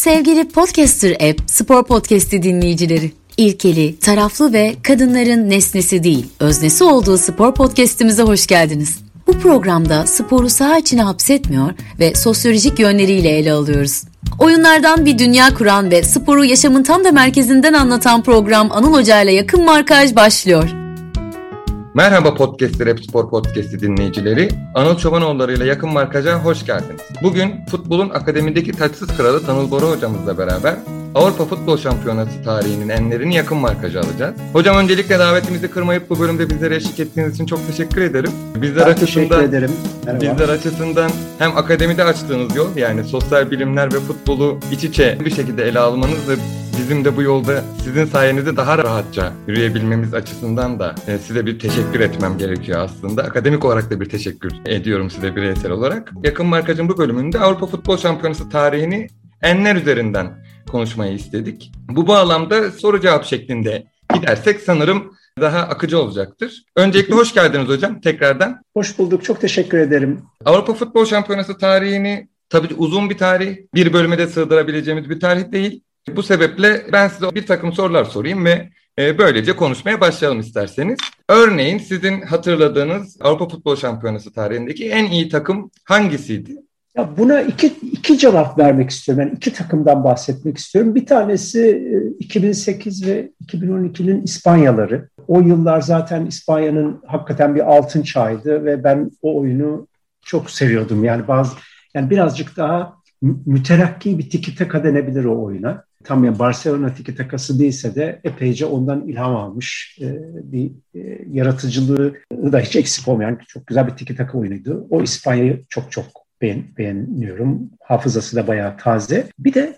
Sevgili Podcaster App Spor Podcast'i dinleyicileri, ilkeli, taraflı ve kadınların nesnesi değil, öznesi olduğu spor podcast'imize hoş geldiniz. Bu programda sporu saha içine hapsetmiyor ve sosyolojik yönleriyle ele alıyoruz. Oyunlardan bir dünya kuran ve sporu yaşamın tam da merkezinden anlatan program Anıl Hoca ile Yakın Markaj başlıyor. Merhaba Podcaster App Spor Podcast'i dinleyicileri. Anıl Çobanoğulları ile Yakın Markaj'a hoş geldiniz. Bugün futbolun akademideki taçsız kralı Tanıl Bora hocamızla beraber Avrupa Futbol Şampiyonası tarihinin enlerini Yakın Markaj'a alacağız. Hocam öncelikle davetimizi kırmayıp bu bölümde bizlere eşlik ettiğiniz için çok teşekkür ederim. Teşekkür ederim. Bizler açısından hem akademide açtığınız yol, yani sosyal bilimler ve futbolu iç içe bir şekilde ele almanız ve bizim de bu yolda sizin sayenizde daha rahatça yürüyebilmemiz açısından da size bir teşekkür etmem gerekiyor aslında. Akademik olarak da bir teşekkür ediyorum size bireysel olarak. Yakın Markaj'ın bu bölümünde Avrupa Futbol Şampiyonası tarihini enler üzerinden konuşmayı istedik. Bu bağlamda soru cevap şeklinde gidersek sanırım daha akıcı olacaktır. Öncelikle hoş geldiniz hocam tekrardan. Hoş bulduk, çok teşekkür ederim. Avrupa Futbol Şampiyonası tarihini tabii uzun bir tarih, bir bölüme de sığdırabileceğimiz bir tarih değil. Bu sebeple ben size bir takım sorular sorayım ve böylece konuşmaya başlayalım isterseniz. Örneğin sizin hatırladığınız Avrupa Futbol Şampiyonası tarihindeki en iyi takım hangisiydi? Ya buna iki cevap vermek istiyorum. Yani iki takımdan bahsetmek istiyorum. Bir tanesi 2008 ve 2012'nin İspanyaları. O yıllar zaten İspanya'nın hakikaten bir altın çağıydı ve ben o oyunu çok seviyordum. Yani birazcık daha müterakki bir tiki taka denebilir o oyuna. Tam ya Barcelona tiki takası değilse de epeyce ondan ilham almış bir yaratıcılığı da hiç eksik olmayan çok güzel bir tiki taka oyunuydu. O İspanya'yı çok beğeniyorum. Hafızası da bayağı taze. Bir de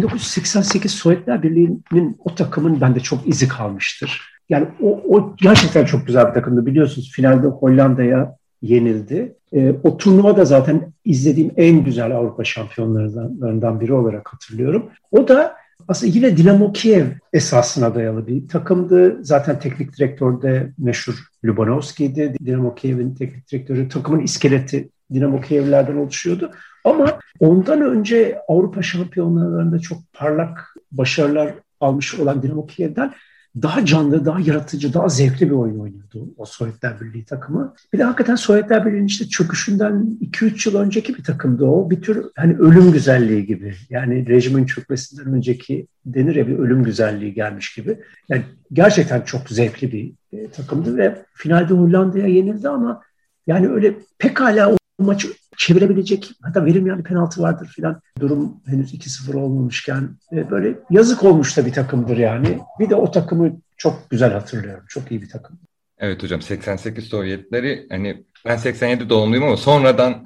1988 Sovyetler Birliği'nin o takımın bende çok izi kalmıştır. Yani o gerçekten çok güzel bir takımdı. Biliyorsunuz finalde Hollanda'ya yenildi. O turnuva da zaten izlediğim en güzel Avrupa şampiyonlarından biri olarak hatırlıyorum. O da aslında yine Dinamo Kiev esasına dayalı bir takımdı. Zaten teknik direktör de meşhur Lubanovski'ydi. Dinamo Kiev'in teknik direktörü, takımın iskeleti Dinamo Kiev'lerden oluşuyordu. Ama ondan önce Avrupa şampiyonlarında çok parlak başarılar almış olan Dinamo Kiev'den daha canlı, daha yaratıcı, daha zevkli bir oyun oynuyordu o Sovyetler Birliği takımı. Bir de hakikaten Sovyetler Birliği'nin işte çöküşünden 2-3 yıl önceki bir takımdı o. Bir tür hani ölüm güzelliği gibi. Yani rejimin çökmesinden önceki denir ya, bir ölüm güzelliği gelmiş gibi. Yani gerçekten çok zevkli bir takımdı ve finalde Hollanda'ya yenildi ama yani öyle pekala o maçı çevirebilecek, hatta verilmeyen bir penaltı vardır filan. Durum henüz 2-0 olmamışken böyle yazık olmuş da bir takımdır yani. Bir de o takımı çok güzel hatırlıyorum. Çok iyi bir takım. Evet hocam, 88 Sovyetleri, hani ben 87 doğumluyum ama sonradan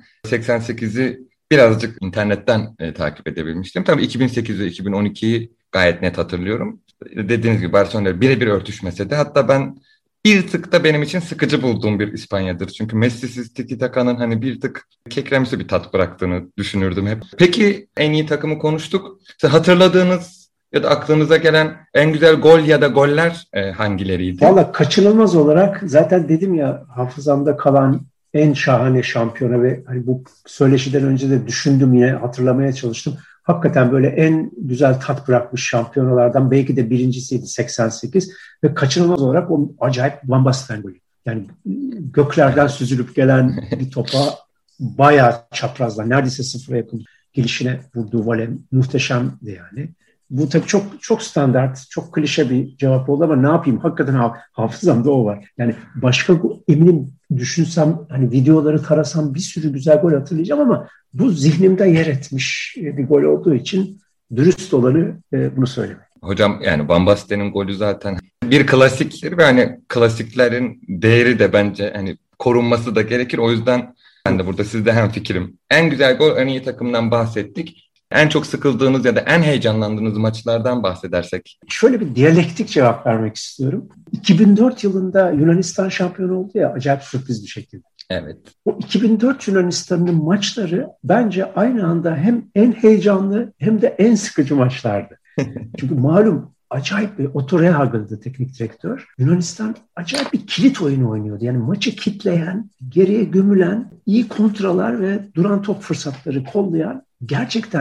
88'i birazcık internetten takip edebilmiştim. Tabii 2008 ve 2012'yi gayet net hatırlıyorum. Dediğiniz gibi Barcelona birebir örtüşmese de, hatta ben bir tık da benim için sıkıcı bulduğum bir İspanya'dır. Çünkü Messi'siz Tiki Taka'nın hani bir tık kekremsi bir tat bıraktığını düşünürdüm hep. Peki en iyi takımı konuştuk. Hatırladığınız ya da aklınıza gelen en güzel gol ya da goller hangileriydi? Valla kaçınılmaz olarak zaten dedim ya, hafızamda kalan en şahane şampiyona ve hani bu söyleşiden önce de düşündüm, yine hatırlamaya çalıştım. Hakikaten böyle en güzel tat bırakmış şampiyonalardan belki de birincisiydi 88 ve kaçınılmaz olarak o acayip Van Basten golü. Yani göklerden süzülüp gelen bir topa bayağı çaprazla, neredeyse sıfıra yakın gelişine vurduğu voley muhteşemdi yani. Bu tabii çok standart, çok klişe bir cevap oldu ama ne yapayım? Hakikaten hafızamda o var. Yani başka, eminim düşünsem, hani videoları tarasam bir sürü güzel gol hatırlayacağım ama bu zihnimde yer etmiş bir gol olduğu için dürüst olanı bunu söylemek. Hocam yani Van Basten'in golü zaten bir klasiktir ve hani klasiklerin değeri de bence hani korunması da gerekir. O yüzden ben de burada sizde hemfikirim. En güzel gol, en iyi takımdan bahsettik. En çok sıkıldığınız ya da en heyecanlandığınız maçlardan bahsedersek. Şöyle bir diyalektik cevap vermek istiyorum. 2004 yılında Yunanistan şampiyon oldu ya, acayip sürpriz bir şekilde. Evet. O 2004 Yunanistan'ın maçları bence aynı anda hem en heyecanlı hem de en sıkıcı maçlardı. Çünkü malum acayip bir Otto Rehhagel'dı teknik direktör. Yunanistan acayip bir kilit oyunu oynuyordu. Yani maçı kitleyen, geriye gömülen, iyi kontralar ve duran top fırsatları kollayan, gerçekten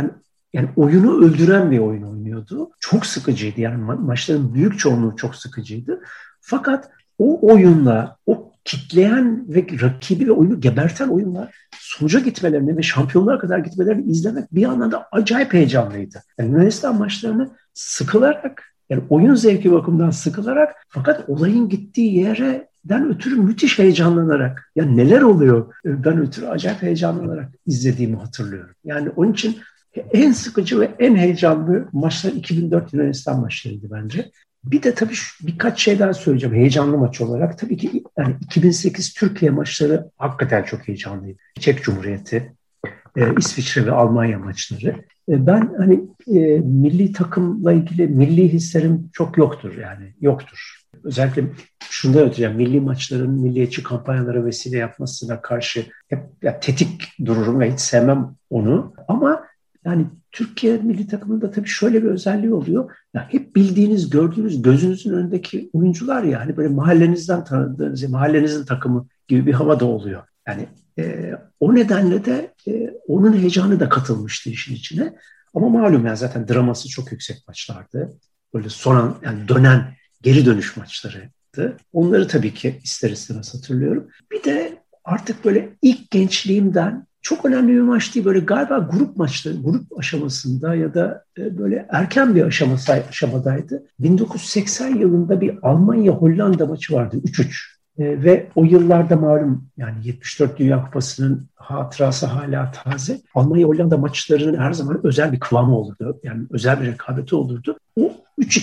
yani oyunu öldüren bir oyun oynuyordu. Çok sıkıcıydı. Yani maçların büyük çoğunluğu çok sıkıcıydı. Fakat o oyunla, o kitleyen ve rakibi ve oyunu geberten oyunlar sonuca gitmelerini ve şampiyonluğa kadar gitmelerini izlemek bir yandan da acayip heyecanlıydı. Yani Yunanistan maçlarını sıkılarak, yani oyun zevki bakımından sıkılarak, fakat olayın gittiği yerden ötürü müthiş heyecanlanarak, ya neler oluyor ben ötürü acayip heyecanlanarak izlediğimi hatırlıyorum. Yani onun için en sıkıcı ve en heyecanlı maçlar 2004 Yunanistan maçlarıydı bence. Bir de tabii birkaç şeyden söyleyeceğim heyecanlı maç olarak. Tabii ki yani 2008 Türkiye maçları hakikaten çok heyecanlıydı. Çek Cumhuriyeti, İsviçre ve Almanya maçları. Ben hani milli takımla ilgili milli hislerim çok yoktur yani yoktur. Özellikle şundan ötürü yani milli maçların milliyetçi kampanyalara vesile yapmasına karşı hep ya, tetik dururum ve hiç sevmem onu. Ama yani Türkiye milli takımında tabii şöyle bir özelliği oluyor. Ya hep bildiğiniz, gördüğünüz, gözünüzün önündeki oyuncular ya hani böyle mahallenizden tanıdığınız, mahallenizin takımı gibi bir hava da oluyor. Yani o nedenle de onun heyecanı da katılmıştı işin içine. Ama malum yani zaten draması çok yüksek maçlardı. Böyle son yani dönen geri dönüş maçlarıydı. Onları tabii ki ister istemez hatırlıyorum. Bir de artık böyle ilk gençliğimden çok önemli bir maç değil. Böyle galiba grup maçları, grup aşamasında ya da böyle erken bir aşamadaydı. 1980 yılında bir Almanya-Hollanda maçı vardı 3-3. Ve o yıllarda malum yani 74 Dünya Kupası'nın hatırası hala taze. Almanya-Hollanda maçlarının her zaman özel bir kıvamı olurdu. Yani özel bir rekabeti olurdu. O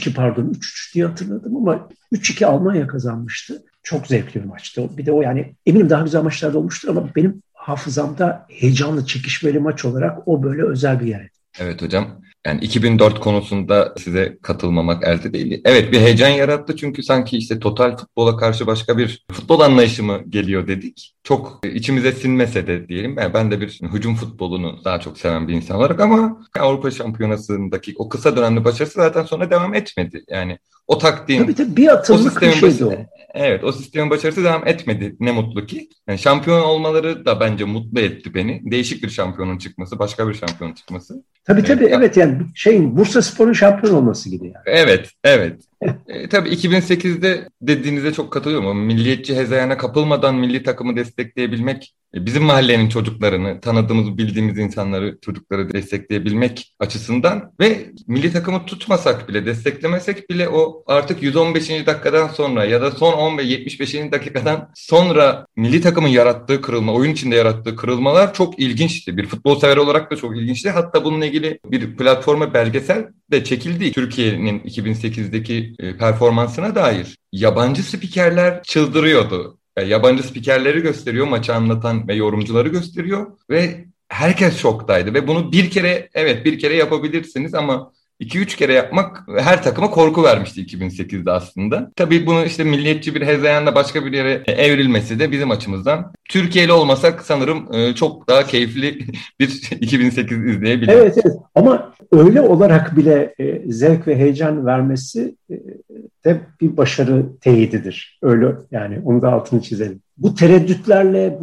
3-3 diye hatırladım ama 3-2 Almanya kazanmıştı. Çok zevkli bir maçtı. Bir de o yani eminim daha güzel maçlar da olmuştur ama benim hafızamda heyecanlı, çekişmeli maç olarak o böyle özel bir yer. Evet hocam. Yani 2004 konusunda size katılmamak elde değil. Evet bir heyecan yarattı çünkü sanki işte total futbola karşı başka bir futbol anlayışı mı geliyor dedik. Çok içimize sinmese de diyelim. Yani ben de bir hücum futbolunu daha çok seven bir insan olarak ama Avrupa Şampiyonası'ndaki o kısa dönemli başarısı zaten sonra devam etmedi. Yani o taktiğin, tabii bir atımlık bir şeydi o. Evet o sistemin başarısı devam etmedi. Ne mutlu ki. Yani şampiyon olmaları da bence mutlu etti beni. Değişik bir şampiyonun çıkması, başka bir şampiyonun çıkması. Tabii evet yani Bursaspor'un şampiyon olması gibi yani. Evet. Tabii 2008'de dediğinize çok katılıyorum. O milliyetçi hezayana kapılmadan milli takımı destekleyebilmek, bizim mahallenin çocuklarını, tanıdığımız, bildiğimiz insanları, çocukları destekleyebilmek açısından ve milli takımı tutmasak bile, desteklemesek bile o artık 115. dakikadan sonra ya da son 10 ve 75. dakikadan sonra milli takımın yarattığı kırılma, oyun içinde yarattığı kırılmalar çok ilginçti. Bir futbol sever olarak da çok ilginçti. Hatta bununla ilgili bir platforma belgesel de çekildi. Türkiye'nin 2008'deki performansına dair. Yabancı spikerler çıldırıyordu. Yabancı spikerleri gösteriyor, maçı anlatan ve yorumcuları gösteriyor ve herkes şoktaydı ve bunu bir kere yapabilirsiniz ama 2-3 kere yapmak her takıma korku vermişti 2008'de aslında. Tabii bunu işte milliyetçi bir hezeyanla başka bir yere evrilmesi de bizim açımızdan Türkiye'li olmasak sanırım çok daha keyifli bir 2008 izleyebiliriz. Evet ama öyle olarak bile zevk ve heyecan vermesi de bir başarı teyididir. Öyle yani onu da altını çizelim. Bu tereddütlerle,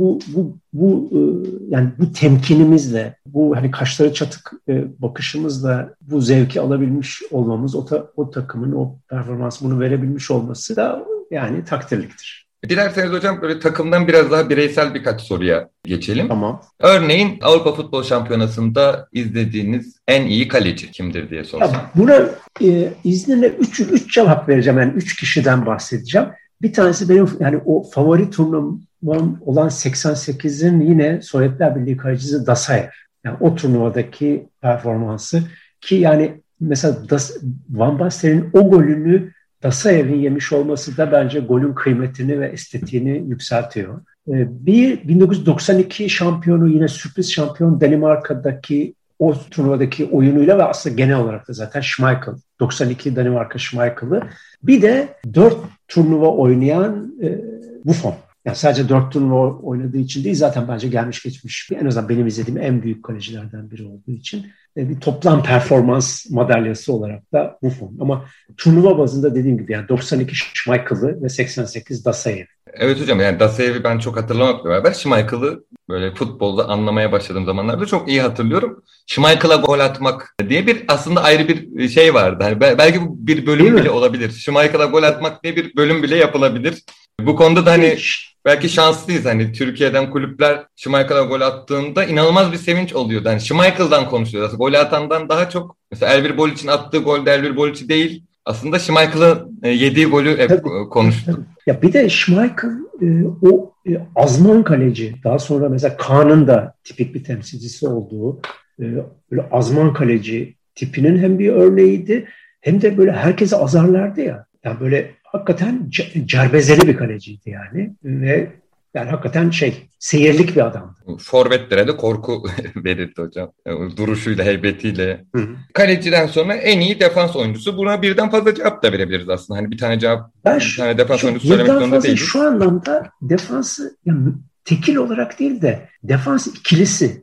yani bu temkinimizle, bu hani kaşları çatık bakışımızla bu zevki alabilmiş olmamız, o takımın o performans bunu verebilmiş olması da yani takdirliktir. Dilerseniz hocam böyle takımdan biraz daha bireysel birkaç soruya geçelim. Tamam. Örneğin Avrupa Futbol Şampiyonası'nda izlediğiniz en iyi kaleci kimdir diye sorsam. Buna izninle 3 cevap vereceğim. Yani 3 kişiden bahsedeceğim. Bir tanesi benim yani o favori turnuvam olan 88'in yine Sovyetler Birliği kalecisi Dasayev. Yani o turnuvadaki performansı ki yani mesela Van Basten'in o golünü Dasayev'in yemiş olması da bence golün kıymetini ve estetiğini yükseltiyor. 1992 şampiyonu yine sürpriz şampiyon Danimarka'daki o turnuvadaki oyunuyla ve aslında genel olarak da zaten Schmeichel, 92 Danimarka Schmeichel'ı. Bir de 4 turnuva oynayan Buffon. Yani sadece 4 turnuva oynadığı için değil, zaten bence gelmiş geçmiş, en azından benim izlediğim en büyük kalecilerden biri olduğu için bir toplam performans madalyası olarak da Buffon. Ama turnuva bazında dediğim gibi yani 92 Schmeichel'ı ve 88 Dasayev. Evet hocam, yani Dasayev'i ben çok hatırlamakla beraber Schmeichel'ı böyle futbolda anlamaya başladığım zamanlarda çok iyi hatırlıyorum. Schmeichel'a gol atmak diye bir aslında ayrı bir şey vardı. Hani belki bu bir bölüm bile olabilir. Schmeichel'a gol atmak diye bir bölüm bile yapılabilir. Bu konuda da hani belki şanslıyız. Hani Türkiye'den kulüpler Schmeichel'a gol attığında inanılmaz bir sevinç oluyordu. Yani Schmeichel'dan konuşuyoruz. Aslında golü atandan daha çok mesela Elvir Bolic'in attığı gol de Elvir Bolic'i değil. Aslında Schmeichel'ın yediği golü hep konuştuk. Ya bir de Schmeichel o azman kaleci. Daha sonra mesela Kaan'ın da tipik bir temsilcisi olduğu böyle azman kaleci tipinin hem bir örneğiydi, hem de böyle herkese azarlardı ya. Yani böyle hakikaten cerbezeli bir kaleciydi yani. Ve yani hakikaten seyirlik bir adamdı. Forvetlere de korku verirdi hocam. Duruşuyla, heybetiyle. Hı. Kaleciden sonra en iyi defans oyuncusu. Buna birden fazla cevap da verebiliriz aslında. Hani bir tane cevap, bir tane defans oyuncusu söylemek zorunda değiliz. Şu anlamda defansı yani tekil olarak değil de defans ikilisi.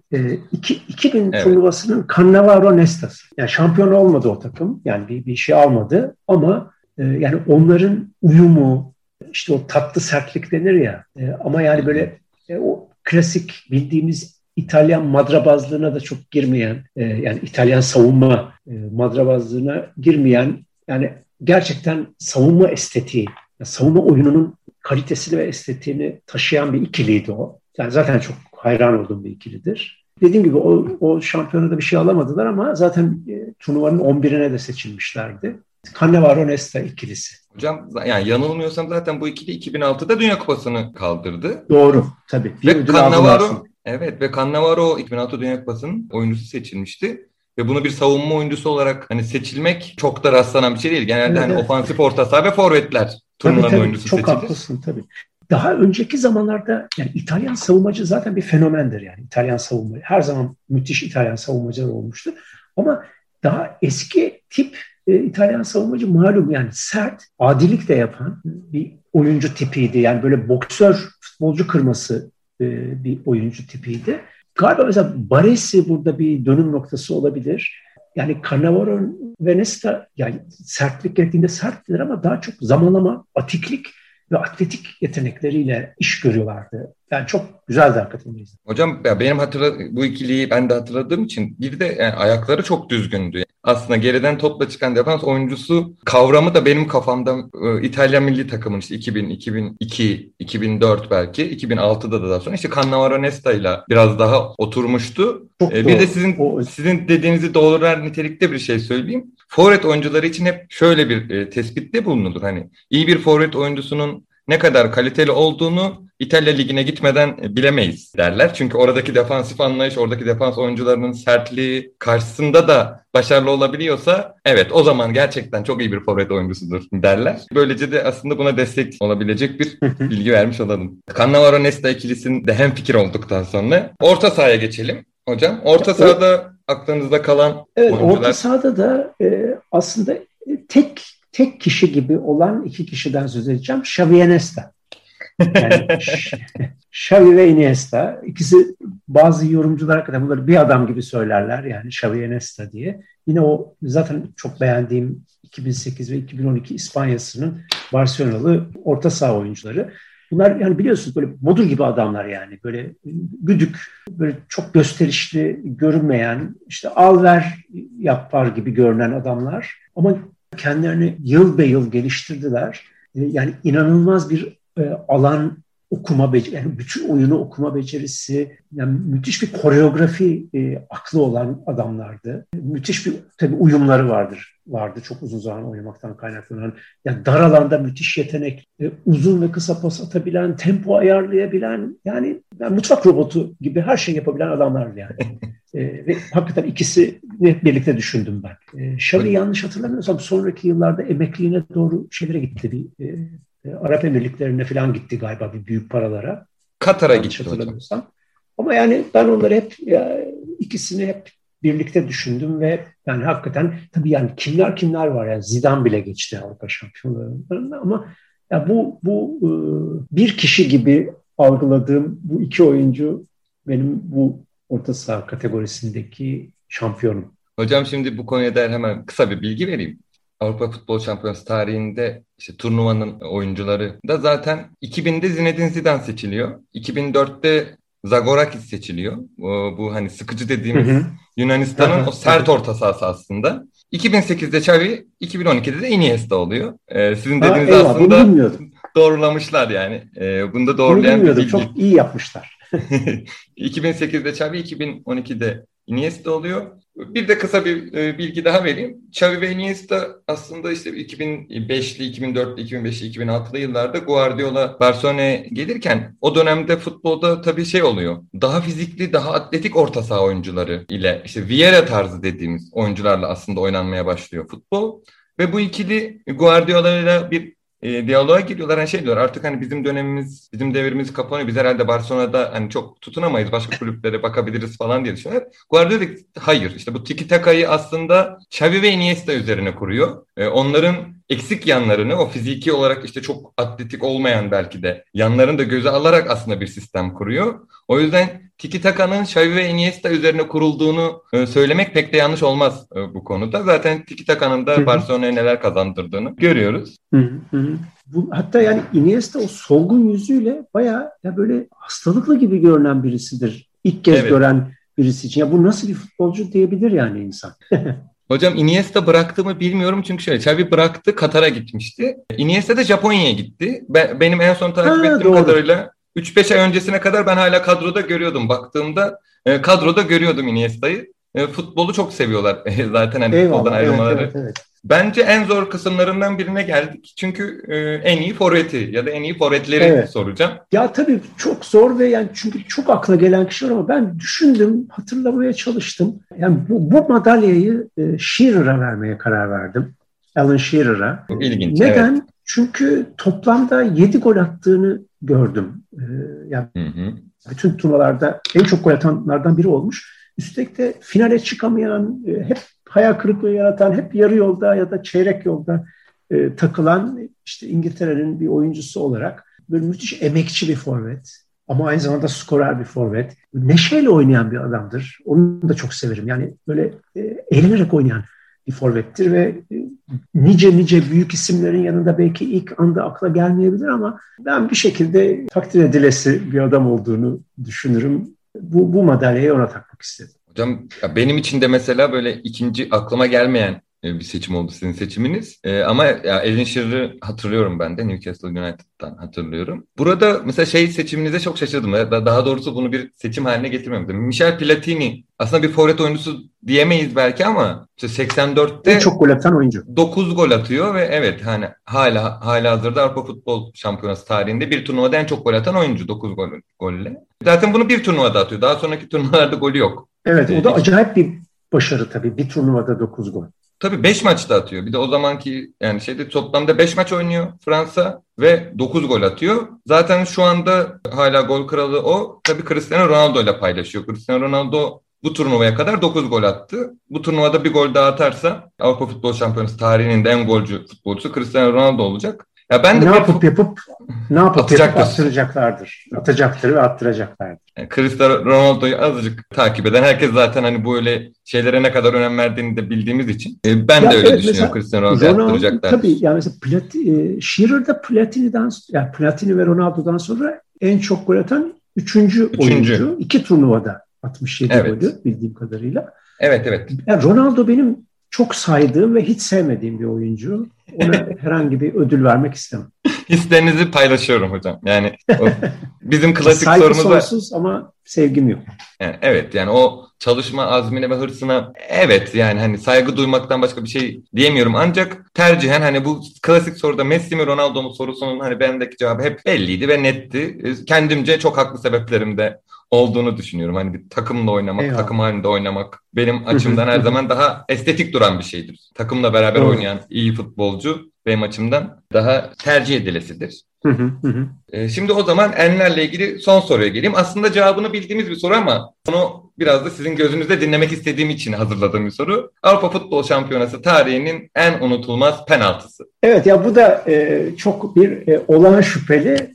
2000 turnuvasının Cannavaro Nesta'sı. Yani şampiyon olmadı o takım. Yani bir şey almadı ama yani onların uyumu, işte o tatlı sertlik denir ya, ama yani böyle o klasik bildiğimiz İtalyan madrabazlığına da çok girmeyen, yani İtalyan savunma madrabazlığına girmeyen, yani gerçekten savunma estetiği, yani savunma oyununun kalitesini ve estetiğini taşıyan bir ikiliydi o. Yani zaten çok hayran olduğum bir ikilidir. Dediğim gibi o şampiyonada bir şey alamadılar ama zaten turnuvanın 11'ine de seçilmişlerdi. Cannavaro Nesta ikilisi. Hocam yani yanılmıyorsam zaten bu ikili 2006'da Dünya Kupası'nı kaldırdı. Doğru tabii. Ve Cannavaro, ve Cannavaro 2006 Dünya Kupası'nın oyuncusu seçilmişti. Ve bunu bir savunma oyuncusu olarak hani seçilmek çok da rastlanan bir şey değil. Genelde hani ofansif orta saha ve forvetler turnuvanın oyuncusu çok seçilir. Çok haklısın tabii. Daha önceki zamanlarda yani İtalyan savunmacı zaten bir fenomendir yani. İtalyan savunma. Her zaman müthiş İtalyan savunmacılar olmuştur. Ama daha eski tip İtalyan savunmacı malum yani sert, adilik de yapan bir oyuncu tipiydi. Yani böyle boksör, futbolcu kırması bir oyuncu tipiydi. Galiba mesela Baresi burada bir dönüm noktası olabilir. Yani Cannavaro ve Nesta yani sertlik gerektiğinde serttiler ama daha çok zamanlama, atiklik ve atletik yetenekleriyle iş görüyorlardı. Yani çok güzeldi hakikaten. Hocam ya benim bu ikiliyi ben de hatırladığım için bir de yani ayakları çok düzgündü. Aslında geriden topla çıkan defans oyuncusu kavramı da benim kafamda İtalyan milli takımın işte 2000, 2002, 2004 belki 2006'da da daha sonra işte Cannavaro Nesta ile biraz daha oturmuştu. Bir de sizin dediğinizi doğrular nitelikte bir şey söyleyeyim. Forvet oyuncuları için hep şöyle bir tespitte bulunulur. Hani iyi bir forvet oyuncusunun ne kadar kaliteli olduğunu İtalya Ligi'ne gitmeden bilemeyiz derler. Çünkü oradaki defansif anlayış, oradaki defans oyuncularının sertliği karşısında da başarılı olabiliyorsa evet o zaman gerçekten çok iyi bir forvet oyuncusudur derler. Böylece de aslında buna destek olabilecek bir bilgi vermiş olalım. Cannavaro Nesta ikilisinde hemfikir olduktan sonra orta sahaya geçelim hocam. Orta sahada aklınızda kalan oyuncular. Orta sahada da aslında tek kişi gibi olan iki kişiden söz edeceğim. Xavi Iniesta. Yani Xavi ve Iniesta. İkisi bazı yorumcular hakikaten bunları bir adam gibi söylerler. Yani Xavi Iniesta diye. Yine o zaten çok beğendiğim 2008 ve 2012 İspanya'sının Barcelonalı orta saha oyuncuları. Bunlar yani biliyorsunuz böyle Bodur gibi adamlar yani. Böyle güdük, böyle çok gösterişli görünmeyen, işte al ver yapar gibi görünen adamlar. Ama kendilerini yıl be yıl geliştirdiler. Yani inanılmaz bir alan okuma becerisi, yani bütün oyunu okuma becerisi, yani müthiş bir koreografi aklı olan adamlardı. Müthiş bir tabii uyumları vardı çok uzun zaman oynamaktan kaynaklanan. Yani dar alanda müthiş yetenek, uzun ve kısa pas atabilen, tempo ayarlayabilen, yani mutfak robotu gibi her şey yapabilen adamlardı yani. Ve hakikaten ikisini birlikte düşündüm ben. Xavi yanlış hatırlamıyorsam sonraki yıllarda emekliliğine doğru şeylere gitti. Arap Emirlikleri'ne falan gitti galiba bir büyük paralara. Katar'a gitti hocam. Ama yani ben onları ikisini hep birlikte düşündüm ve yani hakikaten tabii yani kimler var yani Zidane bile geçti Avrupa şampiyonlarından ama Ya bu bir kişi gibi algıladığım bu iki oyuncu benim bu orta saha kategorisindeki şampiyonum. Hocam şimdi bu konuya dair hemen kısa bir bilgi vereyim. Avrupa Futbol Şampiyonası tarihinde işte turnuvanın oyuncuları da zaten 2000'de Zinedine Zidane seçiliyor. 2004'te Zagorakis seçiliyor. Bu hani sıkıcı Hı dediğimiz hı. Yunanistan'ın o sert orta sahası aslında. 2008'de Xavi, 2012'de de Iniesta oluyor. Sizin dediğiniz Eyvah, bunu aslında bilmiyordum. doğrulamışlar yani. Bunu da Bunu doğrulayan bir bilmiyordum. bilgi. Çok iyi yapmışlar. 2008'de Xavi, 2012'de Iniesta oluyor. Bir de kısa bir bilgi daha vereyim. Xavi ve Iniesta aslında işte 2005'li, 2004'lü, 2005'li, 2006'lı yıllarda Guardiola Barcelona'ya gelirken o dönemde futbolda tabii şey oluyor. Daha fizikli, daha atletik orta saha oyuncuları ile işte Vieira tarzı dediğimiz oyuncularla aslında oynanmaya başlıyor futbol. Ve bu ikili Guardiola ile bir diyaloğa giriyorlar. Hani şey diyorlar, artık hani bizim dönemimiz, bizim devrimiz kapanıyor. Biz herhalde Barcelona'da hani çok tutunamayız. Başka kulüplere bakabiliriz falan diye düşünüyorlar. Guardiola dedi hayır. İşte bu tiki takayı aslında Xavi ve Iniesta üzerine kuruyor. Onların eksik yanlarını, o fiziki olarak işte çok atletik olmayan belki de yanlarını da göze alarak aslında bir sistem kuruyor. O yüzden Tiki Taka'nın Xavi ve Iniesta üzerine kurulduğunu söylemek pek de yanlış olmaz bu konuda. Zaten Tiki Taka'nın Hı da hı. Barcelona'ya neler kazandırdığını görüyoruz. Hı hı. Hatta yani Iniesta o solgun yüzüyle bayağı ya böyle hastalıklı gibi görünen birisidir. İlk kez Evet. gören birisi için. Ya bu nasıl bir futbolcu diyebilir yani insan. Hocam Iniesta bıraktı mı bilmiyorum çünkü şöyle Xavi bıraktı, Katar'a gitmişti. Iniesta da Japonya'ya gitti. Benim en son takip Ha, ettiğim doğru. kadarıyla 3-5 ay öncesine kadar ben hala kadroda görüyordum. Baktığımda kadroda görüyordum Iniesta'yı. Futbolu çok seviyorlar zaten hani futboldan Eyvallah. Evet, evet, ayrılmaları. evet. Bence en zor kısımlarından birine geldik. Çünkü en iyi forveti ya da en iyi forvetleri Evet. soracağım. Ya tabii çok zor ve yani çünkü çok akla gelen kişi var ama ben düşündüm, hatırlamaya çalıştım. Yani bu madalyayı Shearer'a vermeye karar verdim. Alan Shearer'a. Çok ilginç, evet. Neden? Çünkü toplamda 7 gol attığını gördüm. Yani Hı hı. bütün turnuvalarda en çok gol atanlardan biri olmuş. Üstelik de finale çıkamayan, hep hayal kırıklığı yaratan, hep yarı yolda ya da çeyrek yolda takılan işte İngiltere'nin bir oyuncusu olarak böyle müthiş emekçi bir forvet. Ama aynı zamanda skorer bir forvet. Neşeyle oynayan bir adamdır. Onu da çok severim. Yani böyle eğlenerek oynayan bir forvettir ve nice büyük isimlerin yanında belki ilk anda akla gelmeyebilir ama ben bir şekilde takdir edilesi bir adam olduğunu düşünürüm. Bu madalyayı ona takmak istedim. Hocam ya benim için de mesela böyle ikinci aklıma gelmeyen bir seçim oldu sizin seçiminiz. Ama ya Alan Shearer'ı hatırlıyorum ben de Newcastle United'dan hatırlıyorum. Burada mesela şey seçiminize çok şaşırdım. Daha doğrusu bunu bir seçim haline getirmemiştim. Michel Platini aslında bir forvet oyuncusu diyemeyiz belki ama işte En 84'te çok gol atan oyuncu. 9 gol atıyor ve evet hani hala hazırda Avrupa Futbol Şampiyonası tarihinde bir turnuvada en çok gol atan oyuncu 9 golle. Zaten bunu bir turnuvada atıyor. Daha sonraki turnuvalarda golü yok. Evet, o da İki, acayip bir başarı tabii. Bir turnuvada 9 gol. tabii 5 maçta atıyor. Bir de o zamanki yani şeyde toplamda 5 maç oynuyor Fransa ve 9 gol atıyor. Zaten şu anda hala gol kralı o. Tabii Cristiano Ronaldo ile paylaşıyor. Cristiano Ronaldo bu turnuvaya kadar 9 gol attı. Bu turnuvada bir gol daha atarsa Avrupa Futbol Şampiyonası tarihinin de en golcü futbolcusu Cristiano Ronaldo olacak. Ya ben Ne de yapıp atacaktır. attıracaklardır. Atacaktır ve attıracaklardır. Yani Cristiano Ronaldo'yu azıcık takip eden herkes zaten hani böyle şeylere ne kadar önem verdiğini de bildiğimiz için ben de Ya öyle evet, düşünüyorum. mesela Cristiano Ronaldo'yu Ronaldo attıracaklardır. tabii yani mesela Shearer'da yani Platini ve Ronaldo'dan sonra en çok gol atan üçüncü Üçüncü. oyuncu. 2 turnuvada 67 Evet. golü bildiğim kadarıyla. Evet. Yani Ronaldo benim çok saydığım ve hiç sevmediğim bir oyuncu. Ona herhangi bir ödül vermek istemem. Hislerinizi paylaşıyorum hocam. Yani o bizim klasik Saygı sorumuz var. sonsuz ama sevgim yok. Yani evet yani o çalışma azmine ve hırsına evet yani hani saygı duymaktan başka bir şey diyemiyorum. Ancak tercihen hani bu klasik soruda Messi mi Ronaldo mu sorusunun hani bendeki cevabı hep belliydi ve netti. Kendimce çok haklı sebeplerim de olduğunu düşünüyorum. Hani bir takımla oynamak, takım Eyvallah. halinde oynamak benim açımdan her zaman daha estetik duran bir şeydir. Takımla beraber Doğru. oynayan iyi futbolcu benim açımdan daha tercih edilesidir. Hı hı. Şimdi o zaman enlerle ilgili son soruya geleyim. Aslında cevabını bildiğimiz bir soru ama onu biraz da sizin gözünüzde dinlemek istediğim için hazırladığım bir soru. Avrupa Futbol Şampiyonası tarihinin en unutulmaz penaltısı. Evet ya bu da çok bir olağan şüpheli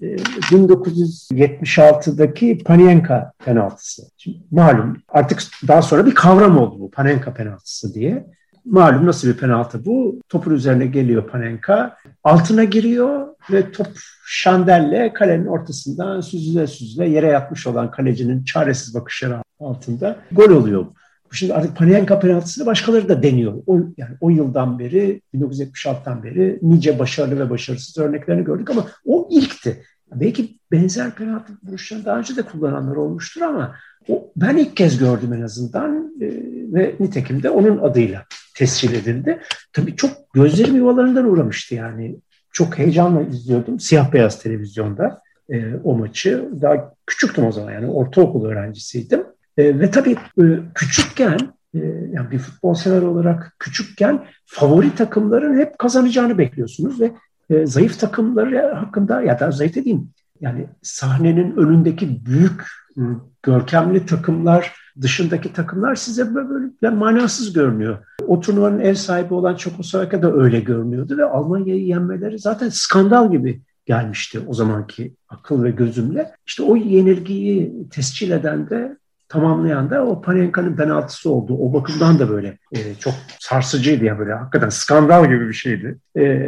1976'daki Panenka penaltısı. Şimdi, malum artık daha sonra bir kavram oldu bu Panenka penaltısı diye. Malum nasıl bir penaltı bu? Topun üzerine geliyor Panenka, altına giriyor ve top şandelle kalenin ortasından süzüle süzüle yere yatmış olan kalecinin çaresiz bakışları altında gol oluyor. Şimdi artık Panenka penaltısını başkaları da deniyor. O yıldan beri, 1976'dan beri nice başarılı ve başarısız örneklerini gördük ama o ilkti. Belki benzer penaltı vuruşlarını daha önce de kullananlar olmuştur ama ben ilk kez gördüm en azından ve nitekim de onun adıyla tescil edildi. Tabii çok gözlerim yuvalarından uğramıştı yani. Çok heyecanla izliyordum siyah beyaz televizyonda o maçı. Daha küçüktüm o zaman yani ortaokul öğrencisiydim. Ve tabii küçükken yani bir futbol sever olarak küçükken favori takımların hep kazanacağını bekliyorsunuz ve zayıf takımları hakkında ya da zayıf dediğim yani sahnenin önündeki büyük görkemli takımlar dışındaki takımlar size böyle manasız görünüyor. O turnuvanın ev sahibi olan Çekoslovakya da öyle görünüyordu ve Almanya'yı yenmeleri zaten skandal gibi gelmişti o zamanki akıl ve gözümle. İşte o yenilgiyi tescil eden de tamamlayan da o Panenka'nın penaltısı oldu. O bakımdan da böyle çok sarsıcıydı ya böyle hakikaten skandal gibi bir şeydi.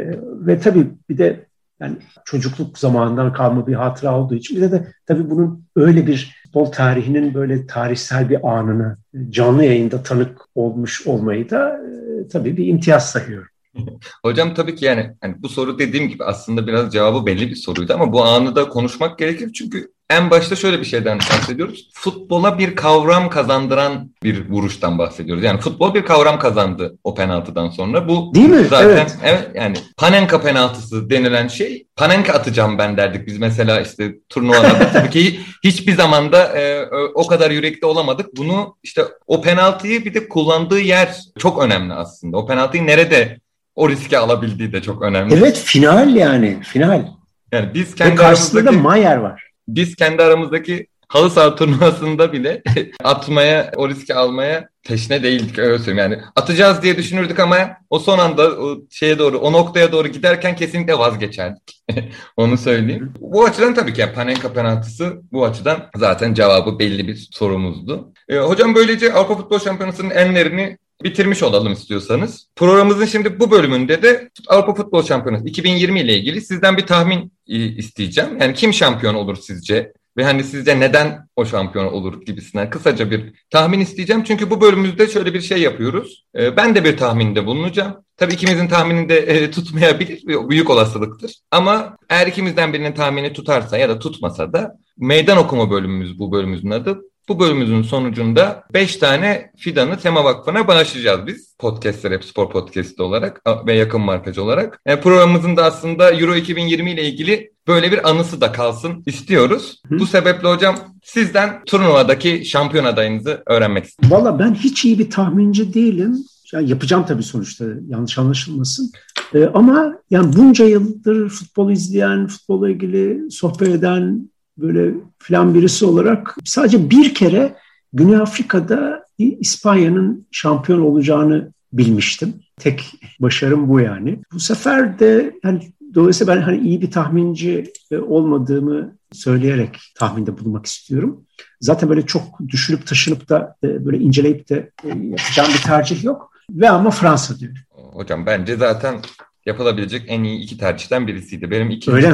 Ve tabii bir de yani çocukluk zamanından kalma bir hatıra olduğu için bir de tabii bunun öyle bir futbol tarihinin böyle tarihsel bir anını canlı yayında tanık olmuş olmayı da tabii bir imtiyaz sayıyorum. Hocam tabii ki yani bu soru dediğim gibi aslında biraz cevabı belli bir soruydu ama bu anı da konuşmak gerekir çünkü en başta şöyle bir şeyden bahsediyoruz. Futbola bir kavram kazandıran bir vuruştan bahsediyoruz. Yani futbol bir kavram kazandı o penaltıdan sonra. Bu değil mi? Zaten evet yani Panenka penaltısı denilen şey Panenka atacağım ben derdik biz mesela işte turnuvalarda. Tabii ki hiçbir zamanda o kadar yürekli olamadık. Bunu işte o penaltıyı bir de kullandığı yer çok önemli aslında. O penaltıyı nerede o riski alabildiği de çok önemli. Evet final yani final. Yani biz kendi karşısında da Mayer var. Biz kendi aramızdaki halı saha turnuvasında bile atmaya, o riski almaya teşne değildik öyle söyleyeyim. Yani atacağız diye düşünürdük ama o son anda o şeye doğru, o noktaya doğru giderken kesinlikle vazgeçerdik. Onu söyleyeyim. Bu açıdan tabii ki yani Panenka penaltısı bu açıdan zaten cevabı belli bir sorumuzdu. Hocam böylece Avrupa Futbol Şampiyonası'nın enlerini bitirmiş olalım istiyorsanız. Programımızın şimdi bu bölümünde de Avrupa Futbol Şampiyonası 2020 ile ilgili sizden bir tahmin isteyeceğim. Yani kim şampiyon olur sizce? Ve hani sizce neden o şampiyon olur gibisinden kısaca bir tahmin isteyeceğim. Çünkü bu bölümümüzde şöyle bir şey yapıyoruz. Ben de bir tahminde bulunacağım. Tabii ikimizin tahmini de tutmayabilir. Büyük olasılıktır. Ama eğer ikimizden birinin tahmini tutarsa ya da tutmasa da meydan okuma bölümümüz bu bölümümüzün adı. Bu bölümümüzün sonucunda 5 tane fidanı Tema Vakfı'na bağışlayacağız biz. Podcastler hep spor podcast'i olarak ve yakın markacı olarak. Programımızın da aslında Euro 2020 ile ilgili böyle bir anısı da kalsın istiyoruz. Bu sebeple hocam sizden turnuvadaki şampiyon adayınızı öğrenmek istiyorum. Valla ben hiç iyi bir tahminci değilim. Yani yapacağım tabii sonuçta yanlış anlaşılmasın. Ama yani bunca yıldır futbol izleyen, futbolla ilgili sohbet eden böyle filan birisi olarak sadece bir kere Güney Afrika'da İspanya'nın şampiyon olacağını bilmiştim. Tek başarım bu yani. Bu sefer de yani dolayısıyla ben hani iyi bir tahminci olmadığımı söyleyerek tahminde bulunmak istiyorum. Zaten böyle çok düşünüp taşınıp da böyle inceleyip de yapacağım bir tercih yok. Ve ama Fransa diyorum. Hocam bence zaten yapılabilecek en iyi iki tercihten birisiydi. Benim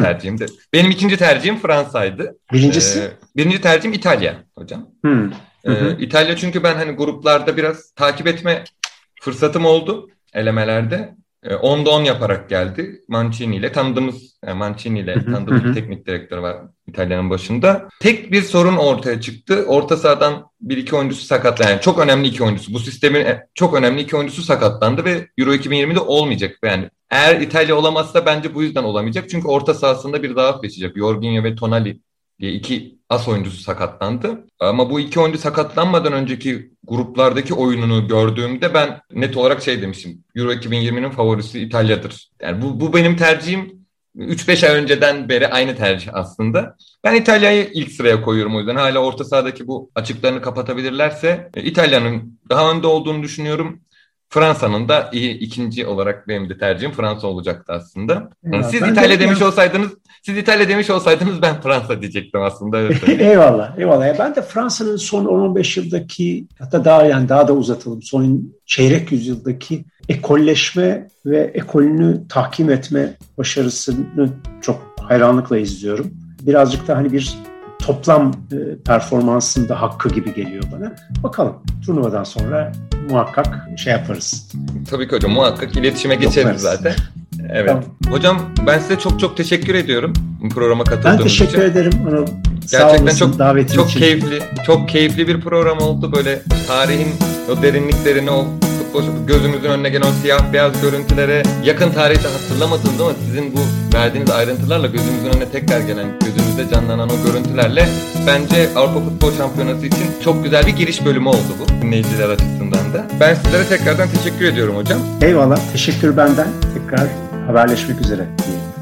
ikinci tercihim Fransa'ydı. Birincisi? Birinci tercihim İtalya hocam. İtalya çünkü ben hani gruplarda biraz takip etme fırsatım oldu elemelerde. 10'da 10 yaparak geldi. Mancini ile tanıdığımız bir teknik direktör var İtalya'nın başında. Tek bir sorun ortaya çıktı. Orta sahadan bir iki oyuncusu sakatlandı. Yani çok önemli iki oyuncusu. Bu sistemin çok önemli iki oyuncusu sakatlandı ve Euro 2020'de olmayacak. Yani eğer İtalya olamazsa bence bu yüzden olamayacak. Çünkü orta sahasında bir zaaf yaşayacak. Jorginho ve Tonali diye 2 as oyuncusu sakatlandı. Ama bu 2 oyuncu sakatlanmadan önceki gruplardaki oyununu gördüğümde ben net olarak şey demiştim. Euro 2020'nin favorisi İtalya'dır. Yani bu benim tercihim. 3-5 ay önceden beri aynı tercih aslında. Ben İtalya'yı ilk sıraya koyuyorum o yüzden. Hala orta sahadaki bu açıklarını kapatabilirlerse İtalya'nın daha önde olduğunu düşünüyorum. Fransa'nın da ikinci olarak benim de tercihim Fransa olacaktı aslında. Yani siz İtalya demiş olsaydınız ben Fransa diyecektim aslında. Evet. Eyvallah. Ya ben de Fransa'nın son 10-15 yıldaki, hatta daha da uzatalım, son çeyrek yüzyıldaki ekolleşme ve ekolünü tahkim etme başarısını çok hayranlıkla izliyorum. Birazcık da hani bir toplam performansında hakkı gibi geliyor bana. Bakalım, turnuvadan sonra muhakkak şey yaparız. Tabii ki hocam, muhakkak iletişime geçeriz zaten. Evet. Tamam. Hocam ben size çok teşekkür ediyorum bu programa katıldığınız için. Ben teşekkür ederim Anıl. Gerçekten çok keyifli bir program oldu. Böyle tarihin o derinliklerini, o gözümüzün önüne gelen o siyah beyaz görüntülere, yakın tarihte hatırlamadığımız ama sizin bu verdiğiniz ayrıntılarla gözümüzün önüne tekrar gelen, gözümüzde canlanan o görüntülerle bence Avrupa Futbol Şampiyonası için çok güzel bir giriş bölümü oldu bu dinleyiciler açısından da. Ben sizlere tekrardan teşekkür ediyorum hocam. Eyvallah, teşekkür benden. Tekrar haberleşmek üzere diyelim.